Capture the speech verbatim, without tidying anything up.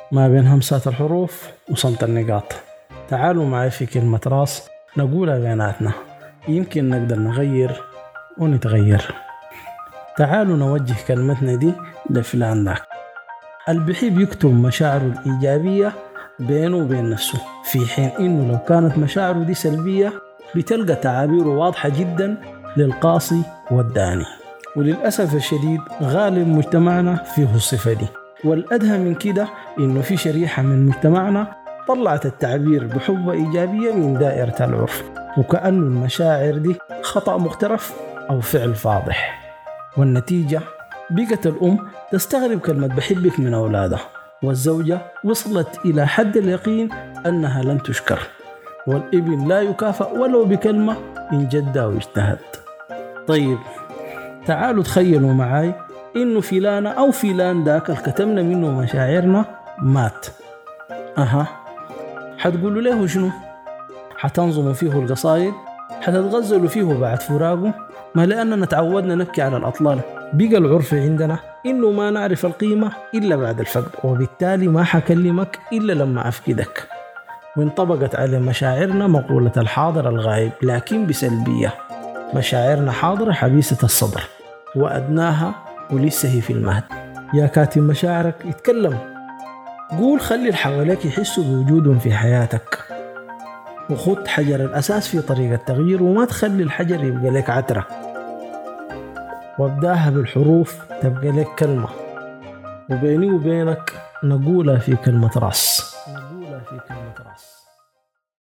ما بين همسات الحروف وصمت النقاط. تعالوا معي في كلمة راس نقولها بيناتنا، يمكن نقدر نغير ونتغير. تعالوا نوجه كلمتنا دي لفلان ذاك اللي بيحب يكتب مشاعره الإيجابية بينه وبين نفسه، في حين إنه لو كانت مشاعره دي سلبية بتلقى تعابيره واضحة جدا للقاصي والداني. وللأسف الشديد غالب مجتمعنا فيه الصفة دي، والأدهى من كده إنه في شريحة من مجتمعنا طلعت التعبير بحب إيجابية من دائرة العرف، وكأنه المشاعر دي خطأ مقترف أو فعل فاضح. والنتيجة بقت الأم تستغرب كلمة بحبك من أولادها، والزوجة وصلت إلى حد اليقين أنها لن تشكر، والابن لا يكافأ ولو بكلمة إن جد أو اجتهد. طيب تعالوا تخيلوا معاي إنه فلانة أو فلان داك الكتمنا منه مشاعرنا مات. أها حتقولوا له شنو؟ حتنظموا فيه القصائد؟ حتتغزلوا فيه بعد فراقه؟ ما لأننا تعودنا نبكي على الأطلال، بقى العرف عندنا إنه ما نعرف القيمة إلا بعد الفقد، وبالتالي ما حكلمك إلا لما أفقدك. وانطبقت على مشاعرنا مقولة الحاضر الغائب، لكن بسلبية. مشاعرنا حاضرة حبيسة الصدر وأدناها ولسه هي في المهد. يا كاتم مشاعرك اتكلم، قول، خلي اللي حواليك يحسوا بوجودهم في حياتك، وخد حجر الأساس في طريق التغيير، وما تخلي الحجر يبقى لك عترة، وابداها بالحروف تبقى لك كلمة، وبيني وبينك نقولها في كلمة راس.